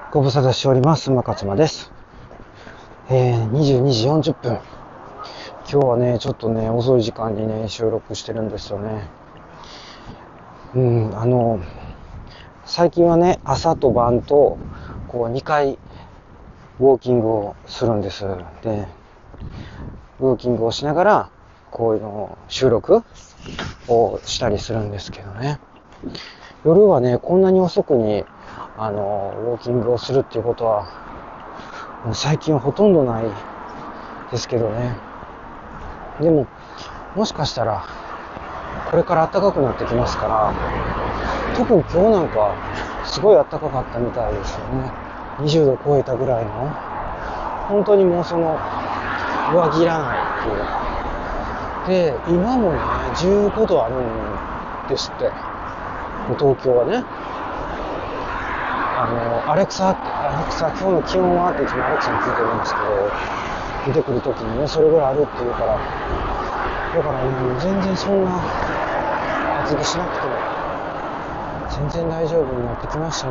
ご無沙汰しております。馬勝間です。22時40分。今日はね、ちょっとね、遅い時間にね、収録してるんですよね。最近はね、朝と晩と、こう2回、ウォーキングをするんです。で、ウォーキングをしながら、こういうの収録をしたりするんですけどね。夜はね、こんなに遅くに、ウォーキングをするっていうことは、もう最近はほとんどないですけどね。でも、もしかしたら、これから暖かくなってきますから、特に今日なんか、すごい暖かかったみたいですよね。20度超えたぐらいの、本当にもう上着いらないっていう。で、今もね、15度あるんですって。東京はね。アレクサ、今日の気温はっていつもアレクサに聞いてるんですけど、出てくるときにね、それぐらいあるって言うから、だからね、全然そんな厚着しなくても、全然大丈夫になってきましたね。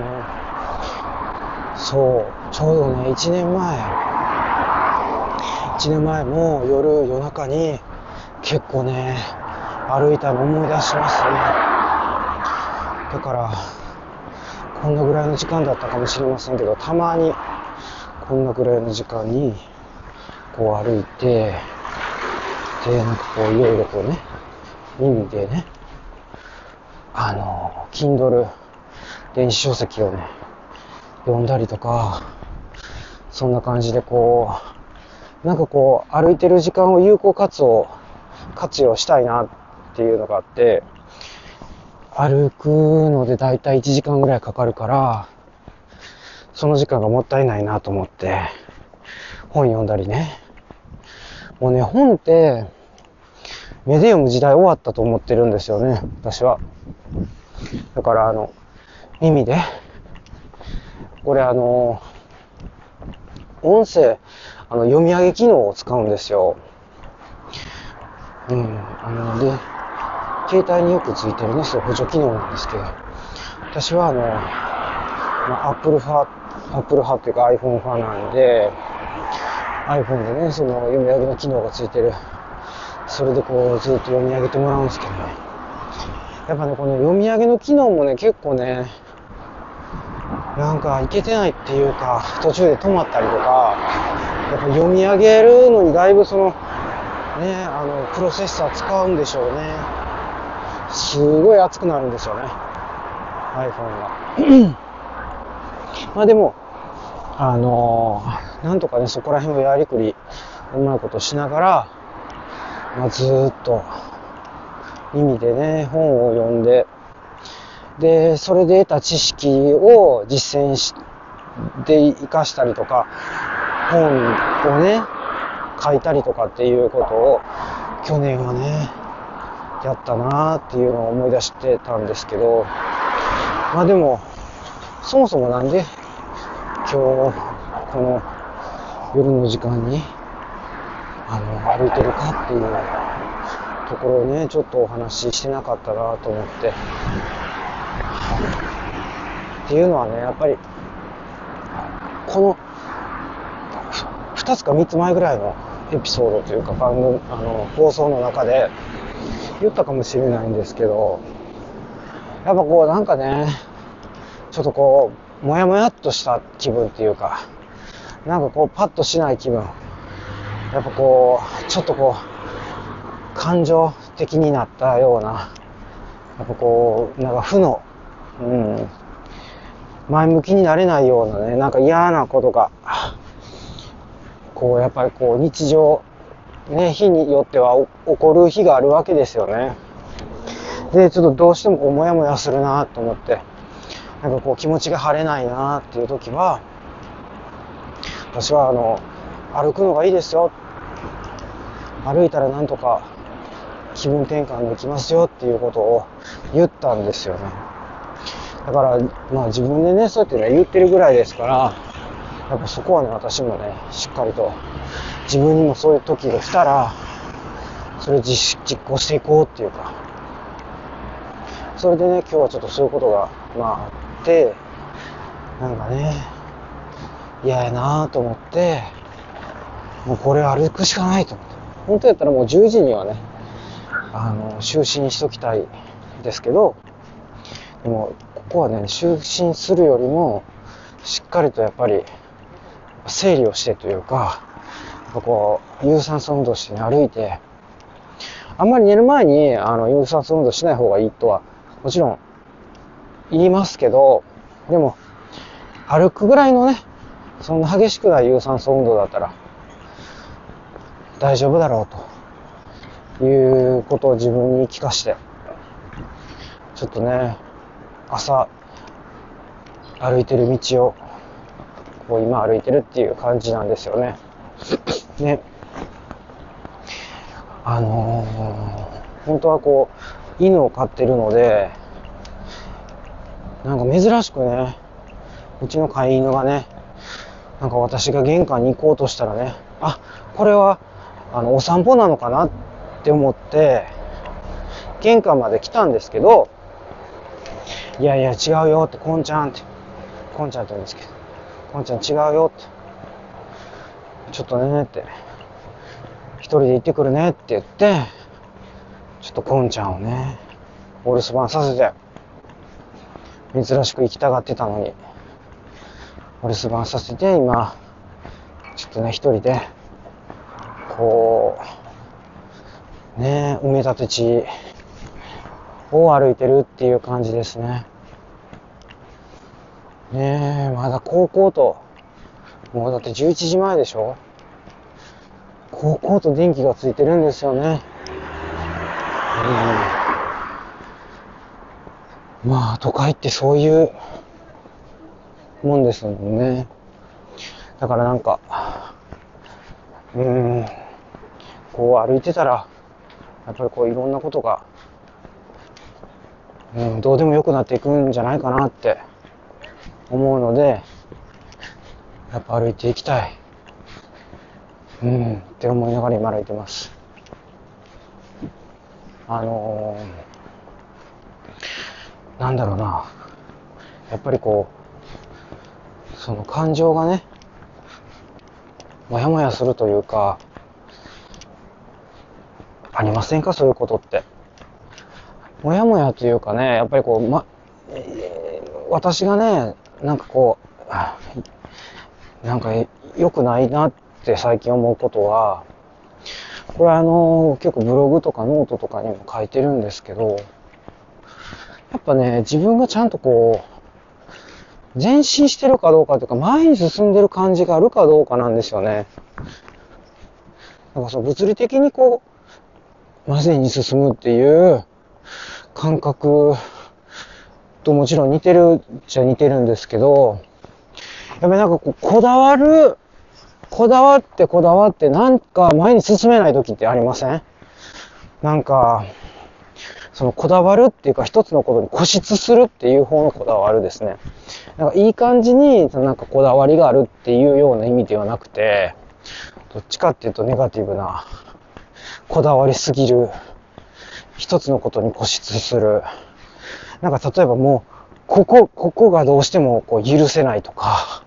そう、ちょうどね、1年前も夜中に結構ね、歩いたの思い出しますね。だから、こんなぐらいの時間だったかもしれませんけど、たまにこんなぐらいの時間にこう歩いて、で、なんかこういろいろこうね、耳でね、Kindle 電子書籍をね、読んだりとか、そんな感じでこう、なんかこう歩いてる時間を有効活用したいなっていうのがあって、歩くのでだいたい1時間ぐらいかかるから、その時間がもったいないなと思って、本読んだりね。もうね、本って、目で読む時代終わったと思ってるんですよね、私は。だから耳で、これ音声、読み上げ機能を使うんですよ。で、携帯によくついてるね、そう補助機能なんですけど、私はApple 派っていうか iPhone 派なんで、iPhone でね、読み上げの機能がついてる。それでこう、ずっと読み上げてもらうんですけどね。やっぱね、この読み上げの機能もね、結構ね、なんかいけてないっていうか、途中で止まったりとか、やっぱ読み上げるのにだいぶプロセッサー使うんでしょうね。すごい熱くなるんですよね。iPhone が。まあでも、なんとかね、そこら辺をやりくり、うまいことしながら、ずーっと、耳でね、本を読んで、で、それで得た知識を実践して活かしたりとか、本をね、書いたりとかっていうことを、去年はね、やったなーっていうのを思い出してたんですけど、まあでも、そもそもなんで、今日、この夜の時間に、歩いてるかっていうところをね、ちょっとお話ししてなかったなと思って。っていうのはね、やっぱり、この、2つか3つ前ぐらいのエピソードというか放送の中で言ったかもしれないんですけど、やっぱこうなんかね、ちょっとこう、もやもやっとした気分っていうか、なんかこう、パッとしない気分。やっぱこう、ちょっとこう、感情的になったような、やっぱこう、なんか前向きになれないようなね、なんか嫌なことが、こう、やっぱりこう、日常、ね、日によっては起こる日があるわけですよね。で、ちょっとどうしてもこう、もやもやするなと思って、なんかこう、気持ちが晴れないなっていう時は、私は歩くのがいいですよ。歩いたらなんとか気分転換できますよっていうことを言ったんですよね。だから、まあ自分でね、そうやってね、言ってるぐらいですから、やっぱそこはね、私もね、しっかりと自分にもそういう時が来たら、それを実行していこうっていうか、それでね、今日はちょっとそういうことが、あって、なんかね、 嫌やなと思って、もうこれ歩くしかないと思って。本当やったらもう10時にはね、就寝しときたいですけど、でも、ここはね、就寝するよりも、しっかりとやっぱり、整理をしてというか、こう、有酸素運動してね、歩いて、あんまり寝る前に、有酸素運動しない方がいいとは、もちろん、言いますけど、でも、歩くぐらいのね、そんな激しくない有酸素運動だったら、大丈夫だろうということを自分に聞かして、ちょっとね、朝、歩いてる道を、こう今歩いてるっていう感じなんですよね。ね。本当はこう、犬を飼ってるので、なんか珍しくね、うちの飼い犬がね、なんか私が玄関に行こうとしたらね、あ、これは、お散歩なのかなって思って、玄関まで来たんですけど、いやいや違うよって、こんちゃんって、こんちゃんって言うんですけど、こんちゃん違うよって、ちょっとねって、一人で行ってくるねって言って、ちょっとこんちゃんをね、お留守番させて、珍しく行きたがってたのに、お留守番させて、今、ちょっとね、一人で、こう、ね、埋め立て地を歩いてるっていう感じですね。ねえ、まだ高校と、もうだって11時前でしょ？高校と電気がついてるんですよね。まあ、都会ってそういうもんですもんね。だからなんか、こう歩いてたら、やっぱりこういろんなことが、どうでもよくなっていくんじゃないかなって思うので、やっぱ歩いていきたい。って思いながら今歩いてます。なんだろうな。やっぱりこう、その感情がね、もやもやするというか、ありませんか？そういうことって。もやもやというかね、やっぱりこう、私がね、なんかこう、なんか良くないなって最近思うことは、これ結構ブログとかノートとかにも書いてるんですけど、やっぱね、自分がちゃんとこう、前進してるかどうかというか、前に進んでる感じがあるかどうかなんですよね。なんかそう、物理的にこう、前に進むっていう感覚ともちろん似てるっちゃ似てるんですけど、やっぱりなんかこう、こだわってなんか前に進めない時ってありません？なんか、そのこだわるっていうか一つのことに固執するっていう方のこだわるですね。なんかいい感じになんかこだわりがあるっていうような意味ではなくて、どっちかっていうとネガティブな、こだわりすぎる、一つのことに固執する。なんか例えばもう、ここがどうしてもこう許せないとか、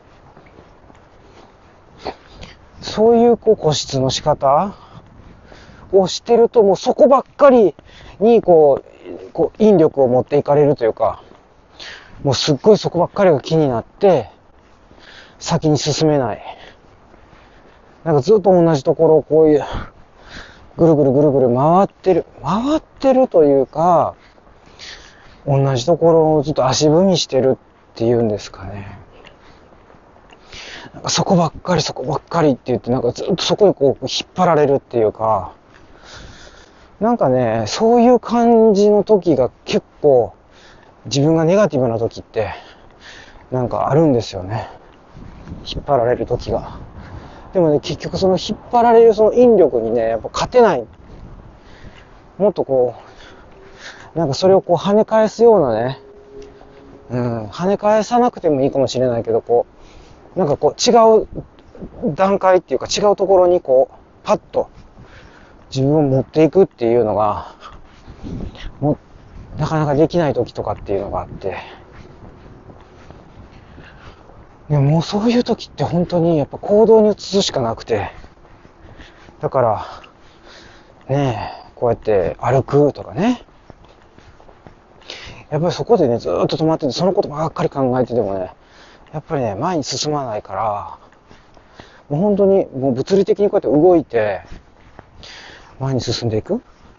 そういうこう固執の仕方をしてるともうそこばっかりにこう引力を持っていかれるというか、もうすっごいそこばっかりが気になって先に進めない。なんかずっと同じところをこういうぐるぐるぐるぐる回ってるというか、同じところをずっと足踏みしてるっていうんですかね。なんかそこばっかりって言って、なんかずっとそこにこう引っ張られるっていうか、なんかね、そういう感じの時が結構自分がネガティブな時ってなんかあるんですよね。引っ張られる時が。でもね、結局その引っ張られるその引力にね、やっぱ勝てない。もっとこう、なんかそれをこう跳ね返すようなね、跳ね返さなくてもいいかもしれないけど、こう、なんかこう違う段階っていうか違うところにこう、パッと自分を持っていくっていうのが、なかなかできない時とかっていうのがあって、 でもうそういう時って本当にやっぱ行動に移すしかなくて、だからねえ、こうやって歩くとかね、やっぱりそこでね、ずーっと止まってて、そのことばっかり考えててもね、やっぱりね、前に進まないから、もう本当にもう物理的にこうやって動いて、前に進んでいく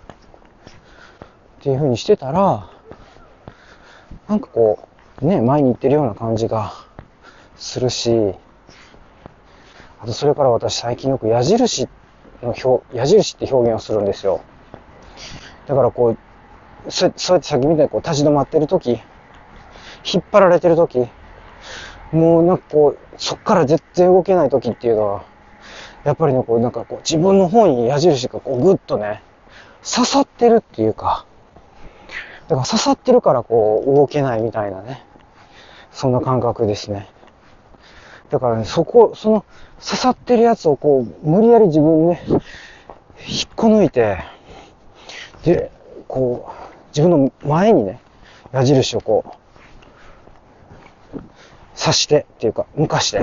っていう風にしてたら、なんかこう、ね、前に行ってるような感じがするし、あとそれから私最近よく矢印って表現をするんですよ。だからこう、そうやってさっきみたいにこう立ち止まってる時、引っ張られてる時、もうなんかこう、そっから絶対動けない時っていうのは、やっぱりね、こうなんかこう自分の方に矢印がこうグッとね、刺さってるっていうか、だから刺さってるからこう動けないみたいなね、そんな感覚ですね。だからね、その刺さってるやつをこう、無理やり自分ね、引っこ抜いて、で、こう、自分の前にね、矢印をこう、刺してっていうか、向かして、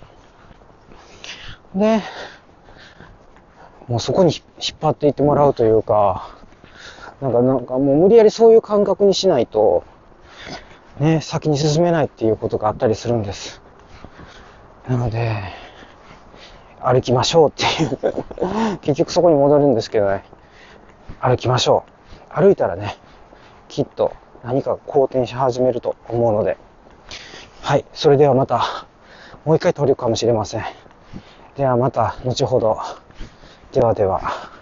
で、もうそこに引っ張っていってもらうというか、なんかもう無理やりそういう感覚にしないと、ね、先に進めないっていうことがあったりするんです。なので、歩きましょうっていう結局そこに戻るんですけどね、歩きましょう。歩いたらね、きっと何か好転し始めると思うので、はい、それではまた、もう一回通るかもしれません。ではまた、後ほど。ではでは。